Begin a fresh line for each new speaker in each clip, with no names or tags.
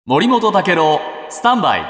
森本武郎スタンバイ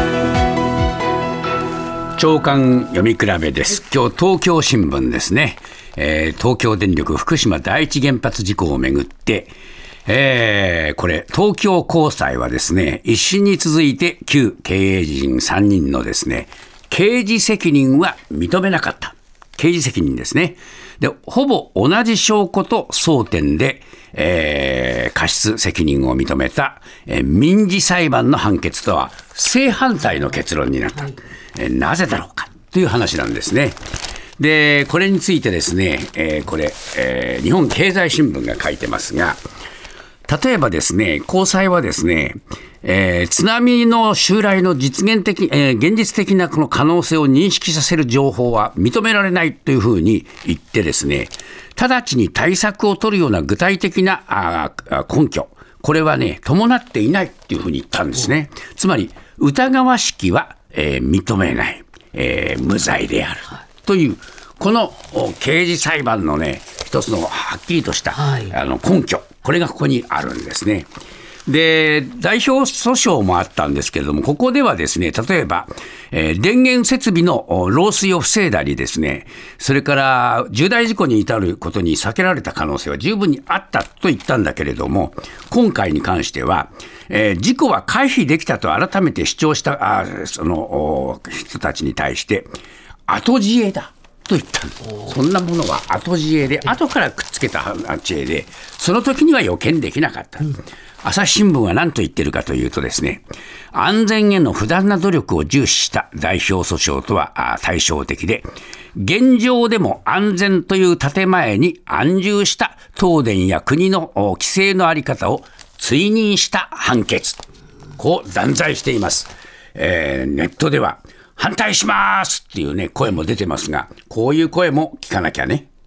朝刊読み比べです。今日東京新聞ですね、東京電力福島第一原発事故をめぐって、これ東京高裁はですね、一審に続いて旧経営陣3人のですね、刑事責任は認めなかった。刑事責任ですね。で、ほぼ同じ証拠と争点で、過失責任を認めた、民事裁判の判決とは正反対の結論になった。なぜだろうかという話なんですね。で、これについてですね、日本経済新聞が書いてますが、例えばですね、高裁はですね、津波の襲来の現実的なこの可能性を認識させる情報は認められないというふうに言ってですね、直ちに対策を取るような具体的な根拠、これはね、伴っていないというふうに言ったんですね。つまり、疑わしきは、認めない、無罪であるという、この刑事裁判のね、一つのはっきりとした、根拠、これがここにあるんですね。で、代表訴訟もあったんですけれども、ここではですね、例えば、電源設備の漏水を防いだりですね、それから重大事故に至ることに避けられた可能性は十分にあったと言ったんだけれども、今回に関しては、事故は回避できたと改めて主張したその人たちに対して後知恵だと言った。そんなものは後知恵で、後からくっつけた知恵で、その時には予見できなかった。朝日新聞は何と言ってるかというとですね、安全への不断な努力を重視した代表訴訟とは対照的で、現状でも安全という建前に安住した東電や国の規制の在り方を追認した判決、こう断罪しています。ネットでは反対しますっていうね、声も出てますが、こういう声も聞かなきゃね。